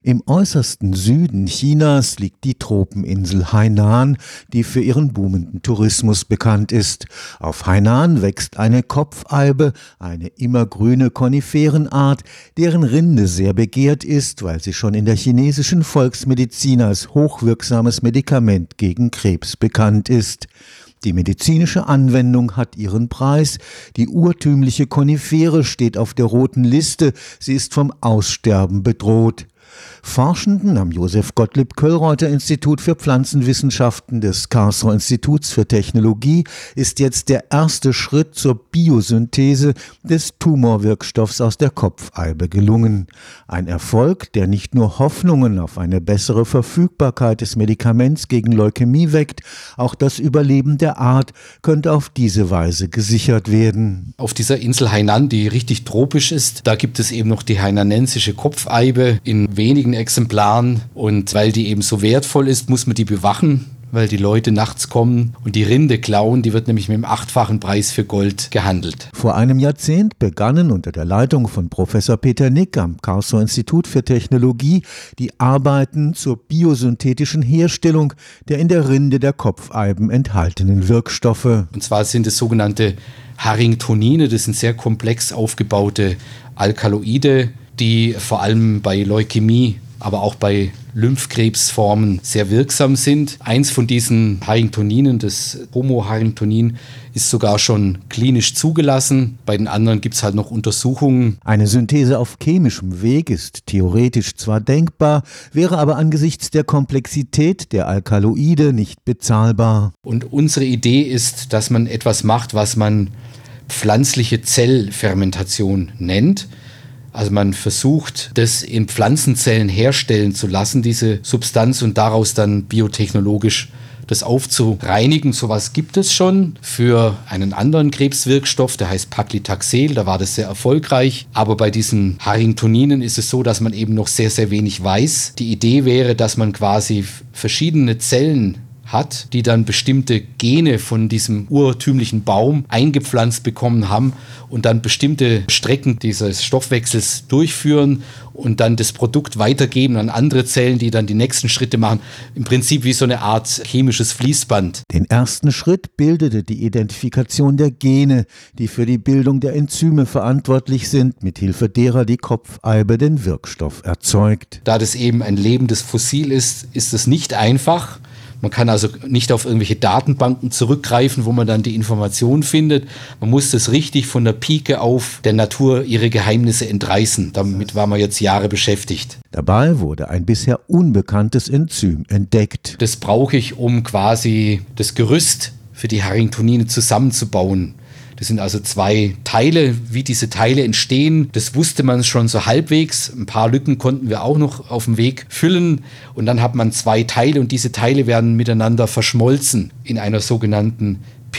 Im äußersten Süden Chinas liegt die Tropeninsel Hainan, die für ihren boomenden Tourismus bekannt ist. Auf Hainan wächst eine Kopfeibe, eine immergrüne Koniferenart, deren Rinde sehr begehrt ist, weil sie schon in der chinesischen Volksmedizin als hochwirksames Medikament gegen Krebs bekannt ist. Die medizinische Anwendung hat ihren Preis. Die urtümliche Konifere steht auf der roten Liste. Sie ist vom Aussterben bedroht. Forschenden am Josef-Gottlieb-Köllreuter-Institut für Pflanzenwissenschaften des Karlsruher Instituts für Technologie ist jetzt der erste Schritt zur Biosynthese des Tumorwirkstoffs aus der Kopfeibe gelungen. Ein Erfolg, der nicht nur Hoffnungen auf eine bessere Verfügbarkeit des Medikaments gegen Leukämie weckt, auch das Überleben der Art könnte auf diese Weise gesichert werden. Auf dieser Insel Hainan, die richtig tropisch ist, da gibt es eben noch die hainanensische Kopfeibe in wenigen Exemplaren, und weil die eben so wertvoll ist, muss man die bewachen, weil die Leute nachts kommen und die Rinde klauen. Die wird nämlich mit dem 8-fachen Preis für Gold gehandelt. Vor einem Jahrzehnt begannen unter der Leitung von Professor Peter Nick am Karlsruher Institut für Technologie die Arbeiten zur biosynthetischen Herstellung der in der Rinde der Kopfeiben enthaltenen Wirkstoffe. Und zwar sind es sogenannte Harringtonine, das sind sehr komplex aufgebaute Alkaloide, die vor allem bei Leukämie, aber auch bei Lymphkrebsformen sehr wirksam sind. Eins von diesen Harringtoninen, das Homoharringtonin, ist sogar schon klinisch zugelassen. Bei den anderen gibt es halt noch Untersuchungen. Eine Synthese auf chemischem Weg ist theoretisch zwar denkbar, wäre aber angesichts der Komplexität der Alkaloide nicht bezahlbar. Und unsere Idee ist, dass man etwas macht, was man pflanzliche Zellfermentation nennt. Also man versucht, das in Pflanzenzellen herstellen zu lassen, diese Substanz, und daraus dann biotechnologisch das aufzureinigen. Sowas gibt es schon für einen anderen Krebswirkstoff, der heißt Paclitaxel, da war das sehr erfolgreich. Aber bei diesen Harringtoninen ist es so, dass man eben noch sehr, sehr wenig weiß. Die Idee wäre, dass man quasi verschiedene Zellen hat, die dann bestimmte Gene von diesem urtümlichen Baum eingepflanzt bekommen haben und dann bestimmte Strecken dieses Stoffwechsels durchführen und dann das Produkt weitergeben an andere Zellen, die dann die nächsten Schritte machen. Im Prinzip wie so eine Art chemisches Fließband. Den ersten Schritt bildete die Identifikation der Gene, die für die Bildung der Enzyme verantwortlich sind, mithilfe derer die Kopfeibe den Wirkstoff erzeugt. Da das eben ein lebendes Fossil ist, ist es nicht einfach. Man kann also nicht auf irgendwelche Datenbanken zurückgreifen, wo man dann die Informationen findet. Man muss das richtig von der Pike auf der Natur ihre Geheimnisse entreißen. Damit war man jetzt Jahre beschäftigt. Dabei wurde ein bisher unbekanntes Enzym entdeckt. Das brauche ich, um quasi das Gerüst für die Harringtonine zusammenzubauen. Das sind also 2 Teile. Wie diese Teile entstehen, das wusste man schon so halbwegs. Ein paar Lücken konnten wir auch noch auf dem Weg füllen. Und dann hat man 2 Teile und diese Teile werden miteinander verschmolzen in einer sogenannten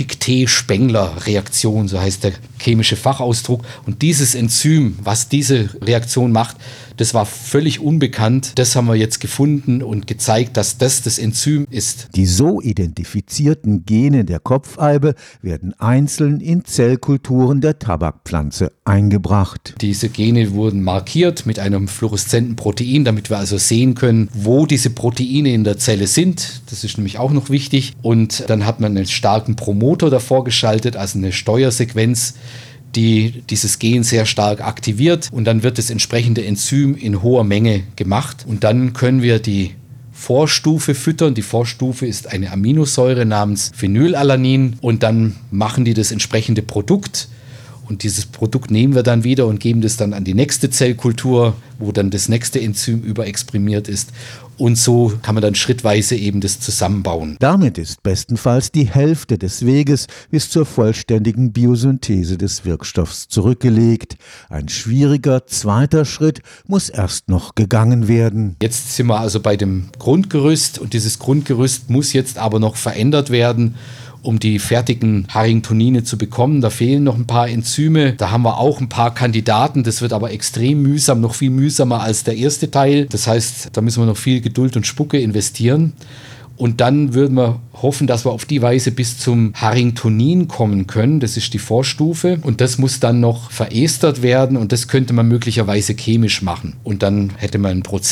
Pictet-Spengler-Reaktion, so heißt der chemische Fachausdruck. Und dieses Enzym, was diese Reaktion macht, das war völlig unbekannt. Das haben wir jetzt gefunden und gezeigt, dass das Enzym ist. Die so identifizierten Gene der Kopfeibe werden einzeln in Zellkulturen der Tabakpflanze eingebracht. Diese Gene wurden markiert mit einem fluoreszenten Protein, damit wir also sehen können, wo diese Proteine in der Zelle sind. Das ist nämlich auch noch wichtig. Und dann hat man einen starken Promoter davor geschaltet, also eine Steuersequenz, die dieses Gen sehr stark aktiviert, und dann wird das entsprechende Enzym in hoher Menge gemacht und dann können wir die Vorstufe füttern. Die Vorstufe ist eine Aminosäure namens Phenylalanin und dann machen die das entsprechende Produkt. Und dieses Produkt nehmen wir dann wieder und geben das dann an die nächste Zellkultur, wo dann das nächste Enzym überexprimiert ist. Und so kann man dann schrittweise eben das zusammenbauen. Damit ist bestenfalls die Hälfte des Weges bis zur vollständigen Biosynthese des Wirkstoffs zurückgelegt. Ein schwieriger zweiter Schritt muss erst noch gegangen werden. Jetzt sind wir also bei dem Grundgerüst und dieses Grundgerüst muss jetzt aber noch verändert werden, um die fertigen Harringtonine zu bekommen. Da fehlen noch ein paar Enzyme. Da haben wir auch ein paar Kandidaten. Das wird aber extrem mühsam, noch viel mühsamer als der erste Teil. Das heißt, da müssen wir noch viel Geduld und Spucke investieren. Und dann würden wir hoffen, dass wir auf die Weise bis zum Harringtonin kommen können. Das ist die Vorstufe. Und das muss dann noch verestert werden. Und das könnte man möglicherweise chemisch machen. Und dann hätte man einen Prozess.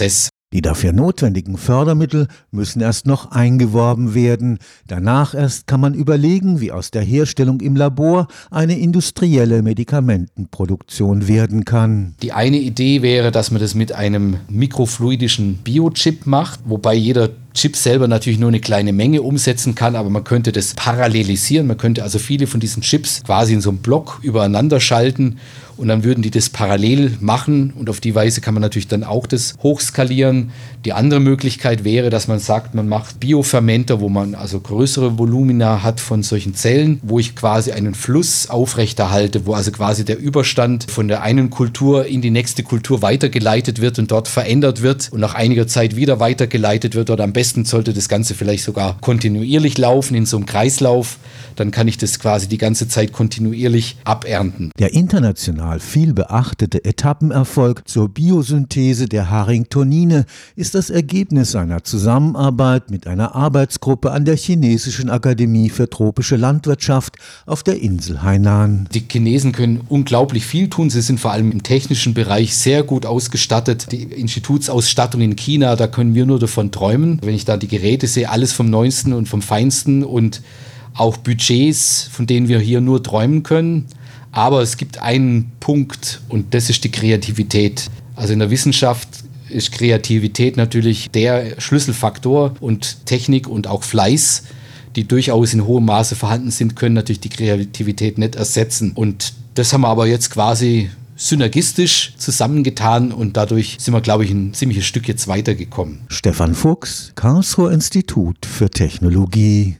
Die dafür notwendigen Fördermittel müssen erst noch eingeworben werden. Danach erst kann man überlegen, wie aus der Herstellung im Labor eine industrielle Medikamentenproduktion werden kann. Die eine Idee wäre, dass man das mit einem mikrofluidischen Biochip macht, wobei jeder Chip selber natürlich nur eine kleine Menge umsetzen kann, aber man könnte das parallelisieren. Man könnte also viele von diesen Chips quasi in so einem Block übereinander schalten und dann würden die das parallel machen und auf die Weise kann man natürlich dann auch das hochskalieren. Die andere Möglichkeit wäre, dass man sagt, man macht Biofermenter, wo man also größere Volumina hat von solchen Zellen, wo ich quasi einen Fluss aufrechterhalte, wo also quasi der Überstand von der einen Kultur in die nächste Kultur weitergeleitet wird und dort verändert wird und nach einiger Zeit wieder weitergeleitet wird oder am besten sollte das Ganze vielleicht sogar kontinuierlich laufen in so einem Kreislauf. Dann kann ich das quasi die ganze Zeit kontinuierlich abernten. Der international viel beachtete Etappenerfolg zur Biosynthese der Haringtonine ist das Ergebnis einer Zusammenarbeit mit einer Arbeitsgruppe an der Chinesischen Akademie für tropische Landwirtschaft auf der Insel Hainan. Die Chinesen können unglaublich viel tun. Sie sind vor allem im technischen Bereich sehr gut ausgestattet. Die Institutsausstattung in China, da können wir nur davon träumen. Wenn ich da die Geräte sehe, alles vom Neuesten und vom Feinsten und auch Budgets, von denen wir hier nur träumen können. Aber es gibt einen Punkt und das ist die Kreativität. Also in der Wissenschaft ist Kreativität natürlich der Schlüsselfaktor und Technik und auch Fleiß, die durchaus in hohem Maße vorhanden sind, können natürlich die Kreativität nicht ersetzen. Und das haben wir aber jetzt quasi synergistisch zusammengetan und dadurch sind wir, glaube ich, ein ziemliches Stück jetzt weitergekommen. Stefan Fuchs, Karlsruher Institut für Technologie.